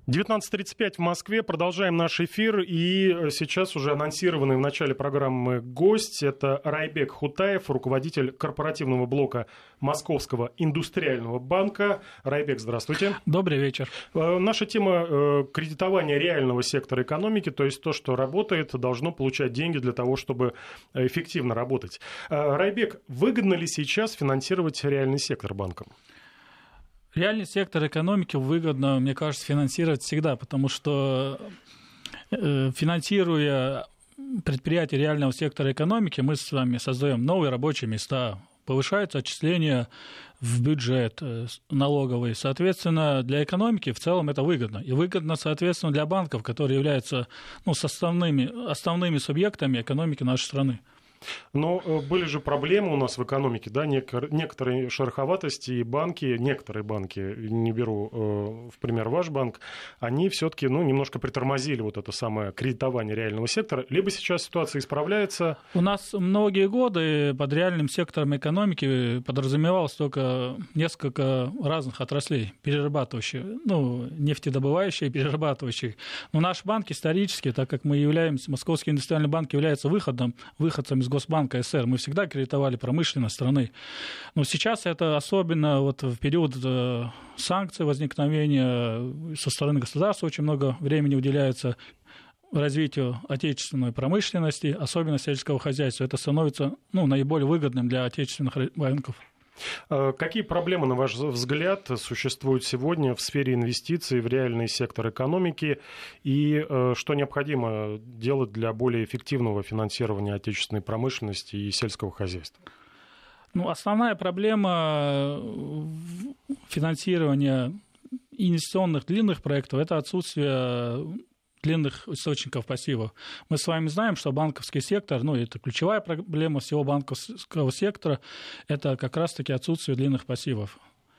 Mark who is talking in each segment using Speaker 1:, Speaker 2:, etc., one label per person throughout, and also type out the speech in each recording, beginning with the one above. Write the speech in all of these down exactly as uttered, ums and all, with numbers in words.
Speaker 1: девятнадцать тридцать пять в Москве. Продолжаем наш эфир. И сейчас уже анонсированный в начале программы гость. Это Райбек Хутаев, руководитель корпоративного блока Московского индустриального банка. Райбек, здравствуйте.
Speaker 2: Добрый вечер.
Speaker 1: Наша тема — кредитование реального сектора экономики, то есть то, что работает, должно получать деньги для того, чтобы эффективно работать. Райбек, выгодно ли сейчас финансировать реальный сектор банкам?
Speaker 2: Реальный сектор экономики выгодно, мне кажется, финансировать всегда, потому что э, финансируя предприятия реального сектора экономики, мы с вами создаем новые рабочие места, повышаются отчисления в бюджет э, налоговый. Соответственно, для экономики в целом это выгодно. И выгодно, соответственно, для банков, которые являются ну, составными, основными субъектами экономики нашей страны.
Speaker 1: Но были же проблемы у нас в экономике, да, некоторые шероховатости, и банки, некоторые банки, не беру э, в пример ваш банк, они все-таки ну, немножко притормозили вот это самое кредитование реального сектора. Либо сейчас ситуация исправляется.
Speaker 2: У нас многие годы под реальным сектором экономики подразумевалось только несколько разных отраслей, перерабатывающих, ну, нефтедобывающие и перерабатывающие. Но наш банк исторически, так как мы являемся, Московский индустриальный банк является выходом, выходцем из Госбанка СССР, мы всегда кредитовали промышленность страны. Но сейчас это особенно вот в период санкций возникновения со стороны государства очень много времени уделяется развитию отечественной промышленности, особенно сельского хозяйства. Это становится ну, наиболее выгодным для отечественных банков.
Speaker 1: Какие проблемы, на ваш взгляд, существуют сегодня в сфере инвестиций в реальный сектор экономики и что необходимо делать для более эффективного финансирования отечественной промышленности и сельского хозяйства?
Speaker 2: Ну, основная проблема финансирования инвестиционных длинных проектов – это отсутствие длинных источников пассивов. Мы с вами знаем, что банковский сектор, ну, это ключевая проблема всего банковского сектора, это как раз-таки отсутствие длинных пассивов.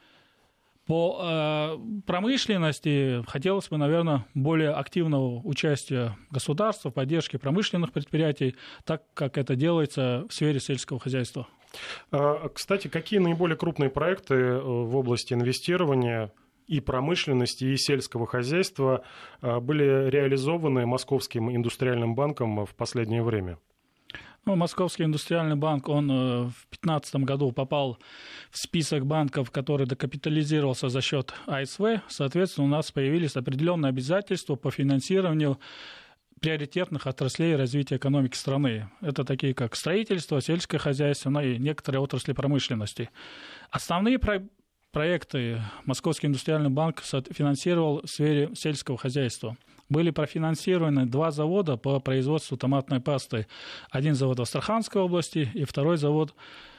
Speaker 2: По э, промышленности хотелось бы, наверное, более активного участия государства в поддержке промышленных предприятий, так как это делается в сфере сельского хозяйства.
Speaker 1: Кстати, какие наиболее крупные проекты в области инвестирования и промышленности, и сельского хозяйства были реализованы Московским индустриальным банком в последнее время?
Speaker 2: Ну, Московский индустриальный банк, он в две тысячи пятнадцатом году попал в список банков, который докапитализировался за счет АСВ. Соответственно, у нас появились определенные обязательства по финансированию приоритетных отраслей развития экономики страны. Это такие как строительство, сельское хозяйство, ну и некоторые отрасли промышленности. Основные про- проекты Московский индустриальный банк финансировал в сфере сельского хозяйства. Были профинансированы два завода по производству томатной пасты. Один завод в Астраханской области и второй завод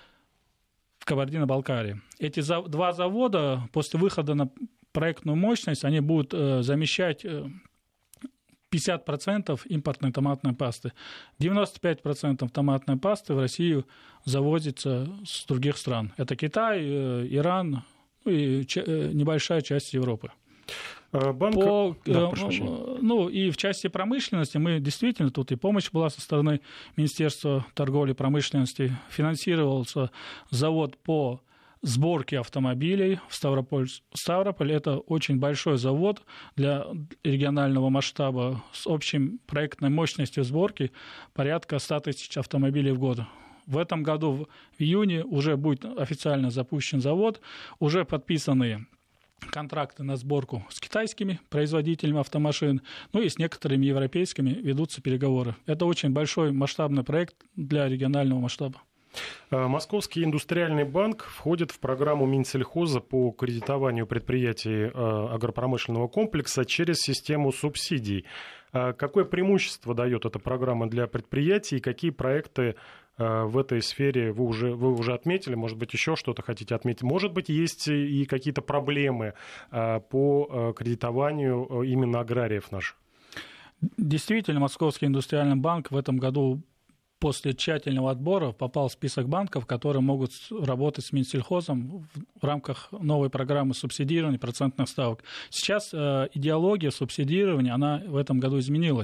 Speaker 2: в Кабардино-Балкарии. Эти за- два завода после выхода на проектную мощность, они будут э, замещать э, пятьдесят процентов импортной томатной пасты. девяносто пять процентов томатной пасты в Россию завозится с других стран. Это Китай, э, Иран, ну и ч- э, небольшая часть Европы.
Speaker 1: Банк...
Speaker 2: По,
Speaker 1: да,
Speaker 2: э, ну, и в части промышленности мы действительно, тут и помощь была со стороны Министерства торговли и промышленности, финансировался завод по сборке автомобилей в Ставрополь. Ставрополь – это очень большой завод для регионального масштаба с общей проектной мощностью сборки порядка ста тысяч автомобилей в год. В этом году в июне уже будет официально запущен завод, уже подписаны контракты на сборку с китайскими производителями автомашин, ну и с некоторыми европейскими ведутся переговоры. Это очень большой масштабный проект для регионального масштаба.
Speaker 1: Московский индустриальный банк входит в программу Минсельхоза по кредитованию предприятий агропромышленного комплекса через систему субсидий. Какое преимущество дает эта программа для предприятий и какие проекты в этой сфере вы уже, вы уже отметили? Может быть, еще что-то хотите отметить? Может быть, есть и какие-то проблемы по кредитованию именно аграриев наших?
Speaker 2: Действительно, Московский индустриальный банк в этом году после тщательного отбора попал в список банков, которые могут работать с Минсельхозом в рамках новой программы субсидирования процентных ставок. Сейчас э, идеология субсидирования, она в этом году изменилась.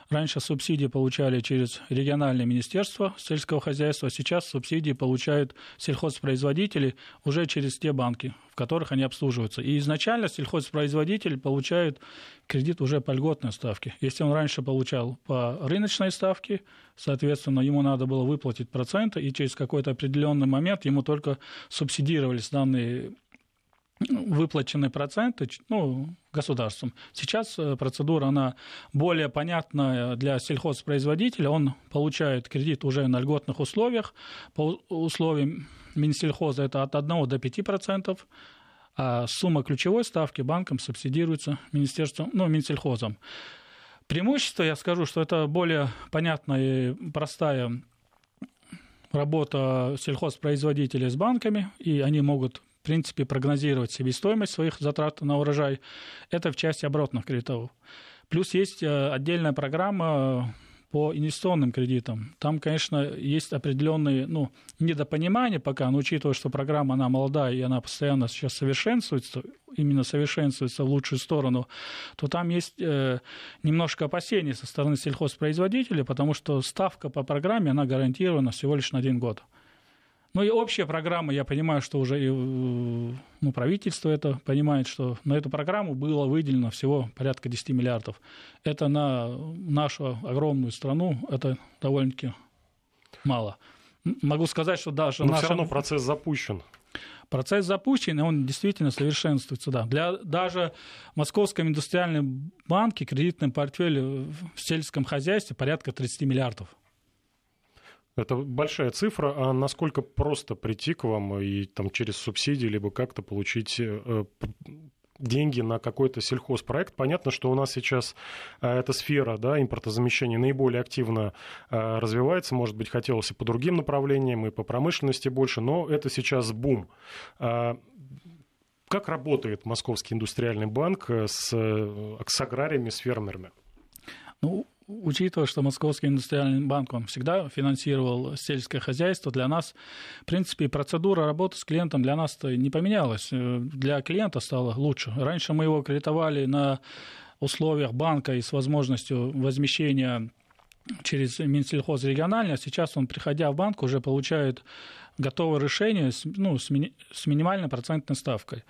Speaker 2: Раньше субсидии получали через региональное министерство сельского хозяйства, сейчас субсидии получают сельхозпроизводители уже через те банки, в которых они обслуживаются. И изначально сельхозпроизводитель получает кредит уже по льготной ставке. Если он раньше получал по рыночной ставке, соответственно, ему надо было выплатить проценты, и через какой-то определенный момент ему только субсидировались данные выплаченные проценты, ну, государством. Сейчас процедура, она более понятная для сельхозпроизводителя. Он получает кредит уже на льготных условиях. По условиям Минсельхоза это от одного до пяти процентов. А сумма ключевой ставки банком субсидируется министерством, ну, Минсельхозом. Преимущество, я скажу, что это более понятная и простая работа сельхозпроизводителей с банками, и они могут, в принципе, прогнозировать себестоимость своих затрат на урожай. Это в части оборотных кредитов. Плюс есть отдельная программа по инвестиционным кредитам. Там, конечно, есть определенные, ну, недопонимания пока, но учитывая, что программа, она молодая, и она постоянно сейчас совершенствуется, именно совершенствуется в лучшую сторону, то там есть э, немножко опасений со стороны сельхозпроизводителей, потому что ставка по программе, она гарантирована всего лишь на один год. Ну и общая программа, я понимаю, что уже и, ну, правительство это понимает, что на эту программу было выделено всего порядка десять миллиардов. Это на нашу огромную страну, это довольно-таки мало. Могу сказать, что даже...
Speaker 1: Но
Speaker 2: наша...
Speaker 1: все равно процесс запущен.
Speaker 2: Процесс запущен, и он действительно совершенствуется. Да. Для даже Московском индустриальном банке кредитный портфель в сельском хозяйстве порядка тридцать миллиардов.
Speaker 1: Это большая цифра, а насколько просто прийти к вам и там, через субсидии либо как-то получить э, деньги на какой-то сельхозпроект? Понятно, что у нас сейчас э, эта сфера, да, импортозамещения наиболее активно э, развивается, может быть, хотелось и по другим направлениям, и по промышленности больше, но это сейчас бум. А как работает Московский индустриальный банк с, с аграриями, с фермерами?
Speaker 2: Ну, учитывая, что Московский индустриальный банк, он всегда финансировал сельское хозяйство, для нас, в принципе, процедура работы с клиентом для нас не поменялась. Для клиента стало лучше. Раньше мы его кредитовали на условиях банка и с возможностью возмещения через Минсельхоз региональный, а сейчас он, приходя в банк, уже получает готовое решение с, ну, с, ми, с минимальной процентной ставкой.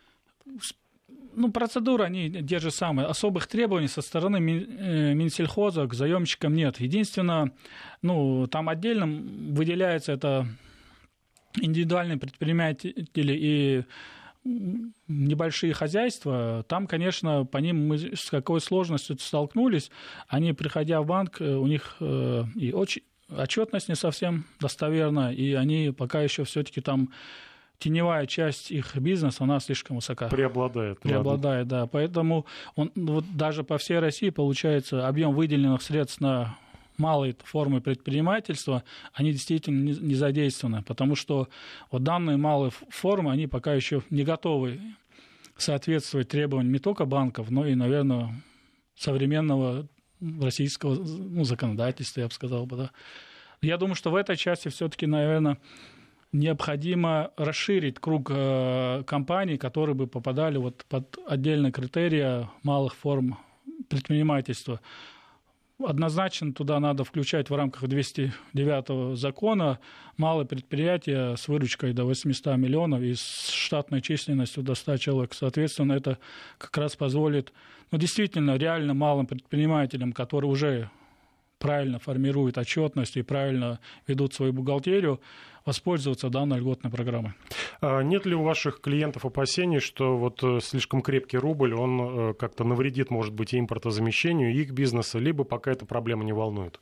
Speaker 2: Ну, процедура, они те же самые. Особых требований со стороны Минсельхоза к заемщикам нет. Единственное, ну, там отдельно выделяется это индивидуальные предприниматели и небольшие хозяйства. Там, конечно, по ним мы с какой сложностью столкнулись. Они, приходя в банк, у них и отчетность не совсем достоверна, и они пока еще все-таки там... Теневая часть их бизнеса, она слишком высока.
Speaker 1: Преобладает.
Speaker 2: Преобладает, да. Поэтому он, вот даже по всей России, получается, объем выделенных средств на малые формы предпринимательства, они действительно не, не задействованы, потому что вот данные малые формы, они пока еще не готовы соответствовать требованиям не только банков, но и, наверное, современного российского, ну, законодательства, я бы сказал бы, да. Я думаю, что в этой части все-таки, наверное, необходимо расширить круг э, компаний, которые бы попадали вот под отдельные критерии малых форм предпринимательства. Однозначно туда надо включать в рамках двести девятого закона малые предприятия с выручкой до восемьсот миллионов и с штатной численностью до ста человек. Соответственно, это как раз позволит, ну, действительно, реально малым предпринимателям, которые уже правильно формируют отчетность и правильно ведут свою бухгалтерию, воспользоваться данной льготной программой.
Speaker 1: А нет ли у ваших клиентов опасений, что вот слишком крепкий рубль, он как-то навредит, может быть, и импортозамещению, и их бизнеса, либо пока эта проблема не волнует?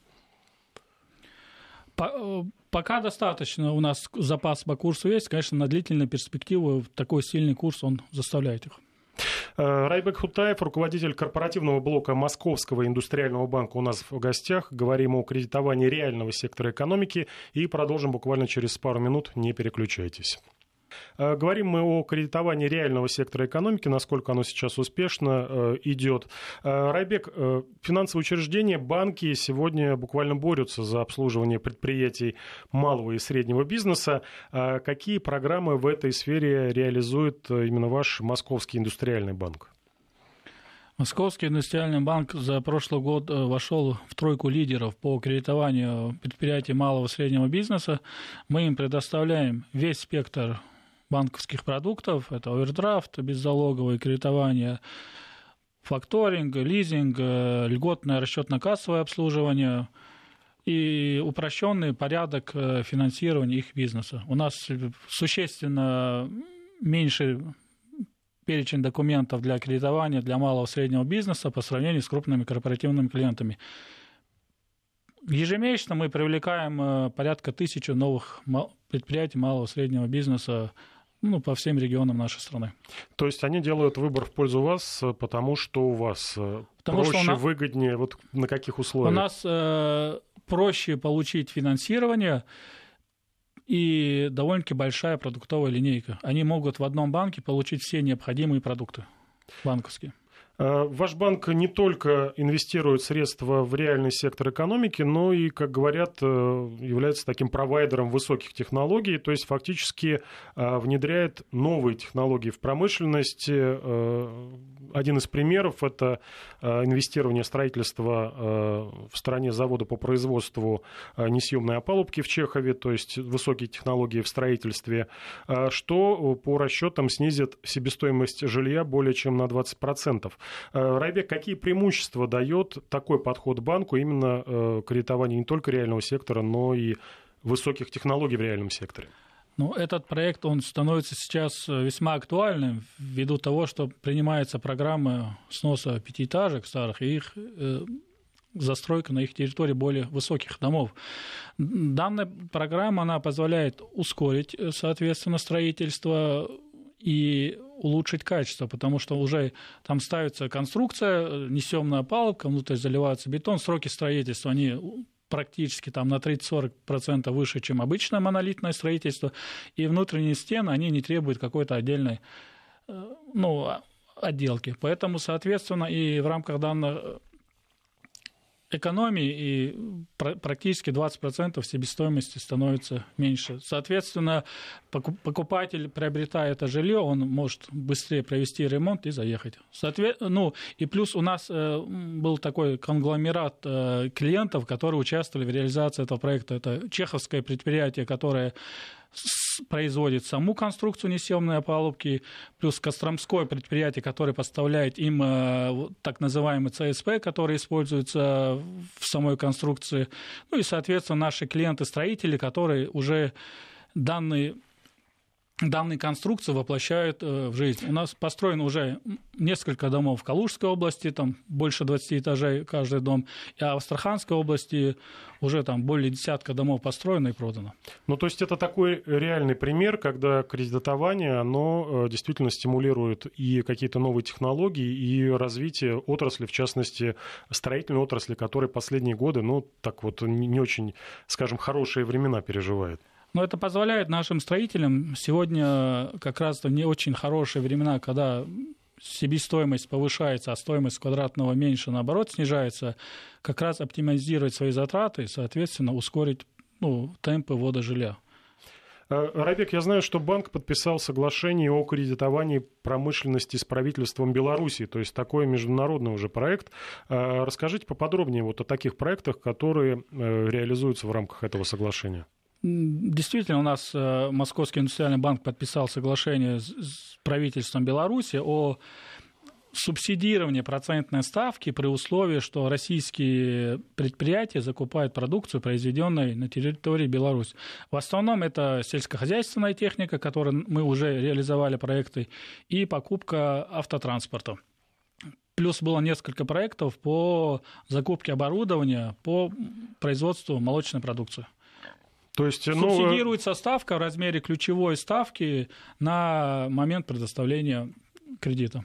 Speaker 2: Пока достаточно у нас запас по курсу есть. Конечно, на длительную перспективу такой сильный курс, он заставляет их.
Speaker 1: Райбек Хутаев, руководитель корпоративного блока Московского индустриального банка, у нас в гостях. Говорим о кредитовании реального сектора экономики и продолжим буквально через пару минут. Не переключайтесь. Говорим мы о кредитовании реального сектора экономики, насколько оно сейчас успешно идет. Райбек, финансовые учреждения, банки сегодня буквально борются за обслуживание предприятий малого и среднего бизнеса. Какие программы в этой сфере реализует именно ваш Московский индустриальный банк?
Speaker 2: Московский индустриальный банк за прошлый год вошел в тройку лидеров по кредитованию предприятий малого и среднего бизнеса. Мы им предоставляем весь спектр банковских продуктов. Это овердрафт, беззалоговое кредитование, факторинг, лизинг, льготное расчетно-кассовое обслуживание и упрощенный порядок финансирования их бизнеса. У нас существенно меньше перечень документов для кредитования для малого и среднего бизнеса по сравнению с крупными корпоративными клиентами. Ежемесячно мы привлекаем порядка тысячи новых предприятий малого и среднего бизнеса, ну, по всем регионам нашей страны.
Speaker 1: То есть они делают выбор в пользу вас, потому что у вас потому проще,
Speaker 2: что у нас,
Speaker 1: выгоднее, вот на каких условиях?
Speaker 2: У нас э, проще получить финансирование и довольно-таки большая продуктовая линейка. Они могут в одном банке получить все необходимые продукты банковские.
Speaker 1: Ваш банк не только инвестирует средства в реальный сектор экономики, но и, как говорят, является таким провайдером высоких технологий, то есть фактически внедряет новые технологии в промышленность. Один из примеров – это инвестирование строительства в стране завода по производству несъемной опалубки в Чехове, то есть высокие технологии в строительстве, что по расчетам снизит себестоимость жилья более чем на двадцать процентов. Райбек, какие преимущества дает такой подход банку именно кредитования не только реального сектора, но и высоких технологий в реальном секторе?
Speaker 2: Ну, этот проект, он становится сейчас весьма актуальным ввиду того, что принимается программа сноса пятиэтажек старых и их э, застройка на их территории более высоких домов. Данная программа, она позволяет ускорить, соответственно, строительство и улучшить качество, потому что уже там ставится конструкция, несъемная опалубка, внутрь заливается бетон, сроки строительства, они практически там на тридцать-сорок процентов выше, чем обычное монолитное строительство, и внутренние стены, они не требуют какой-то отдельной, ну, отделки. Поэтому, соответственно, и в рамках данной экономии и практически двадцать процентов себестоимости становится меньше. Соответственно, покупатель, приобретая это жилье, он может быстрее провести ремонт и заехать. Соответ... Ну, и плюс у нас был такой конгломерат клиентов, которые участвовали в реализации этого проекта. Это чеховское предприятие, которое производит саму конструкцию несъемной опалубки, плюс костромское предприятие, которое поставляет им э, так называемый ЦСП, который используется в самой конструкции. Ну и, соответственно, наши клиенты-строители, которые уже данные, данные конструкции воплощают э, в жизнь. У нас построено уже несколько домов в Калужской области, там больше двадцати этажей каждый дом, а в Астраханской области уже там более десятка домов построено и продано.
Speaker 1: Ну, то есть это такой реальный пример, когда кредитование, оно действительно стимулирует и какие-то новые технологии, и развитие отрасли, в частности, строительной отрасли, которая последние годы, ну, так вот, не очень, скажем, хорошие времена переживает.
Speaker 2: Но это позволяет нашим строителям сегодня как раз не очень хорошие времена, когда себестоимость повышается, а стоимость квадратного меньше, наоборот, снижается, как раз оптимизировать свои затраты и, соответственно, ускорить, ну, темпы ввода жилья.
Speaker 1: Райбек, я знаю, что банк подписал соглашение о кредитовании промышленности с правительством Беларуси, то есть такой международный уже проект. Расскажите поподробнее вот о таких проектах, которые реализуются в рамках этого соглашения.
Speaker 2: Действительно, у нас Московский индустриальный банк подписал соглашение с правительством Беларуси о субсидировании процентной ставки при условии, что российские предприятия закупают продукцию, произведенную на территории Беларуси. В основном это сельскохозяйственная техника, которой мы уже реализовали проекты, и покупка автотранспорта. Плюс было несколько проектов по закупке оборудования по производству молочной продукции.
Speaker 1: То есть,
Speaker 2: субсидируется ну... ставка в размере ключевой ставки на момент предоставления кредита.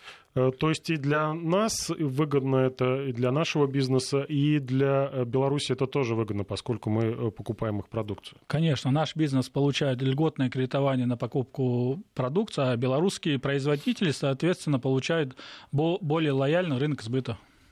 Speaker 1: То есть и для нас выгодно это, и для нашего бизнеса, и для Беларуси это тоже выгодно, поскольку мы покупаем их продукцию.
Speaker 2: Конечно, наш бизнес получает льготное кредитование на покупку продукции, а белорусские производители, соответственно, получают более лояльный рынок сбыта.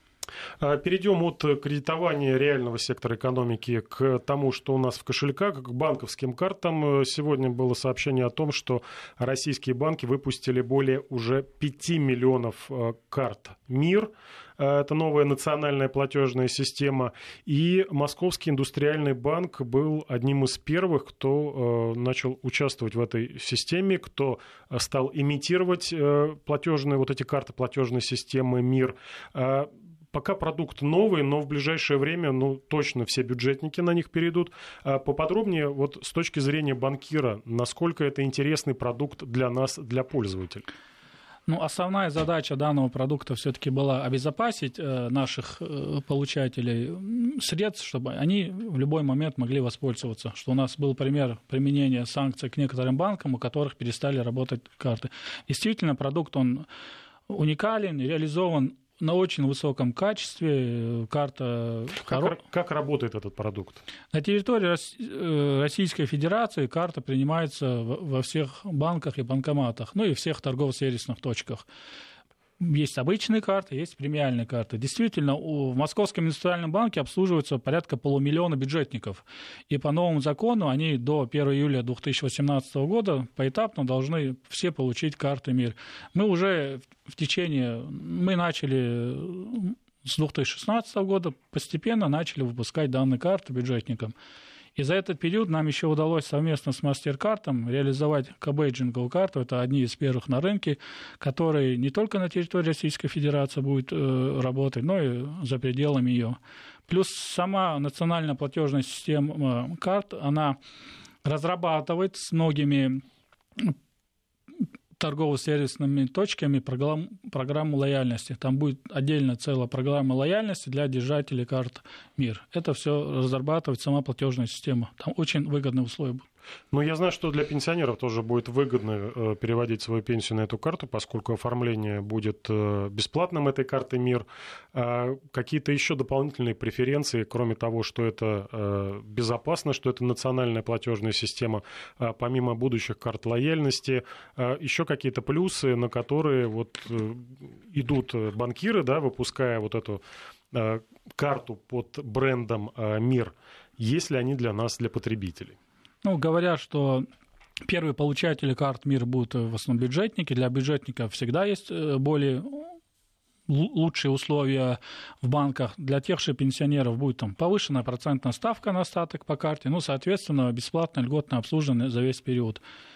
Speaker 1: Перейдем от кредитования реального сектора экономики к тому, что у нас в кошельках, к банковским картам. Сегодня было сообщение о том, что российские банки выпустили более уже пяти миллионов карт МИР. Это новая национальная платежная система. И Московский индустриальный банк был одним из первых, кто начал участвовать в этой системе, кто стал имитировать платежные, вот эти карты платежной системы МИР. Пока продукт новый, но в ближайшее время, ну, точно все бюджетники на них перейдут. Поподробнее, вот с точки зрения банкира, насколько это интересный продукт для нас, для пользователей?
Speaker 2: Ну, основная задача данного продукта все-таки была обезопасить э, наших э, получателей средств, чтобы они в любой момент могли воспользоваться. Что у нас был пример применения санкций к некоторым банкам, у которых перестали работать карты. Действительно, продукт, он уникален, реализован на очень высоком качестве. Карта...
Speaker 1: Как, как работает этот продукт?
Speaker 2: На территории Российской Федерации карта принимается во всех банках и банкоматах, ну и всех торгово-сервисных точках. Есть обычные карты, есть премиальные карты. Действительно, в Московском индустриальном банке обслуживается порядка полумиллиона бюджетников. И по новому закону они до первого июля две тысячи восемнадцатого года поэтапно должны все получить карты МИР. Мы уже в течение... Мы начали с две тысячи шестнадцатого года, постепенно начали выпускать данные карты бюджетникам. И за этот период нам еще удалось совместно с MasterCard реализовать кабейджинговую карту. Это одни из первых на рынке, которые не только на территории Российской Федерации будут э, работать, но и за пределами ее. Плюс сама национальная платежная система карт, она разрабатывает с многими торгово-сервисными точками программу, программу лояльности. Там будет отдельно целая программа лояльности для держателей карт МИР. Это все разрабатывает сама платежная система. Там очень выгодные условия будут.
Speaker 1: Ну, я знаю, что для пенсионеров тоже будет выгодно э, переводить свою пенсию на эту карту, поскольку оформление будет э, бесплатным этой карты МИР. А какие-то еще дополнительные преференции, кроме того, что это э, безопасно, что это национальная платежная система, а помимо будущих карт лояльности, а еще какие-то плюсы, на которые вот, э, идут банкиры, да, выпуская вот эту э, карту под брендом э, МИР, есть ли они для нас, для потребителей?
Speaker 2: Ну, говорят, что первые получатели карт МИР будут в основном бюджетники. Для бюджетников всегда есть более лучшие условия в банках. Для тех же пенсионеров будет там повышенная процентная ставка на остаток по карте, ну, соответственно, бесплатное льготное обслуживание за весь период.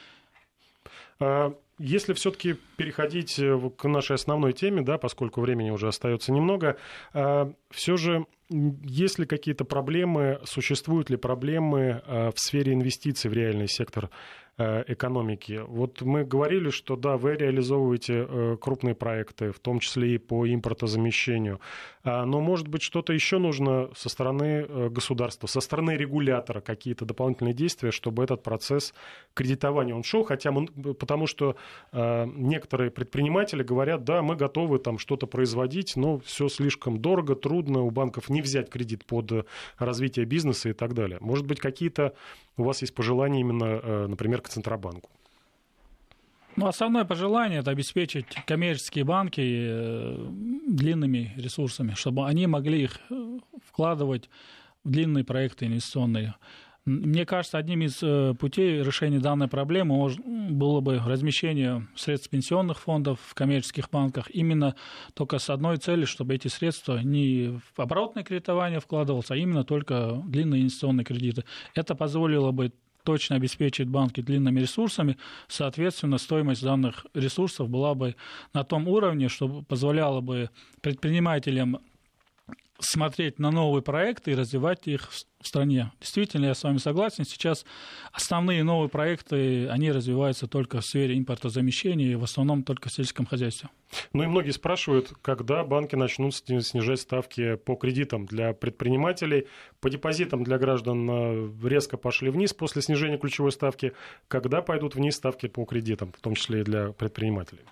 Speaker 1: Если все-таки переходить к нашей основной теме, да, поскольку времени уже остается немного, все же есть ли какие-то проблемы, существуют ли проблемы в сфере инвестиций в реальный сектор экономики? Вот мы говорили, что да, вы реализовываете крупные проекты, в том числе и по импортозамещению, но, может быть, что-то еще нужно со стороны государства, со стороны регулятора, какие-то дополнительные действия, чтобы этот процесс кредитования он шел, хотя мы, потому что некоторые предприниматели говорят, да, мы готовы там что-то производить, но все слишком дорого, трудно, у банков не взять кредит под развитие бизнеса и так далее. Может быть, какие-то у вас есть пожелания именно, например, к Центробанку?
Speaker 2: Ну, основное пожелание – это обеспечить коммерческие банки длинными ресурсами, чтобы они могли их вкладывать в длинные проекты инвестиционные. Мне кажется, одним из путей решения данной проблемы было бы размещение средств пенсионных фондов в коммерческих банках именно только с одной целью, чтобы эти средства не в оборотное кредитование вкладывалось, а именно только длинные инвестиционные кредиты. Это позволило бы точно обеспечить банки длинными ресурсами, соответственно, стоимость данных ресурсов была бы на том уровне, что позволяло бы предпринимателям смотреть на новые проекты и развивать их в стране. Действительно, я с вами согласен. Сейчас основные новые проекты, они развиваются только в сфере импортозамещения и в основном только в сельском хозяйстве.
Speaker 1: Ну и многие спрашивают, когда банки начнут снижать ставки по кредитам для предпринимателей. По депозитам для граждан резко пошли вниз после снижения ключевой ставки. Когда пойдут вниз ставки по кредитам, в том числе и для предпринимателей?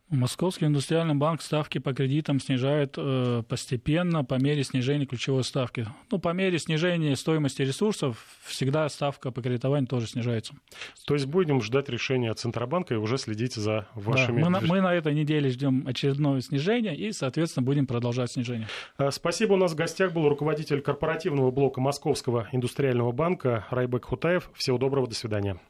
Speaker 2: Московский индустриальный банк ставки по кредитам снижает э, постепенно по мере снижения ключевой ставки. Ну, по мере снижения стоимости ресурсов всегда ставка по кредитованию тоже снижается.
Speaker 1: То есть будем ждать решения Центробанка и уже следите за вашими...
Speaker 2: Да, мы, на, мы на этой неделе ждем очередное снижение и, соответственно, будем продолжать снижение.
Speaker 1: Спасибо. У нас в гостях был руководитель корпоративного блока Московского индустриального банка Райбек Хутаев. Всего доброго, до свидания.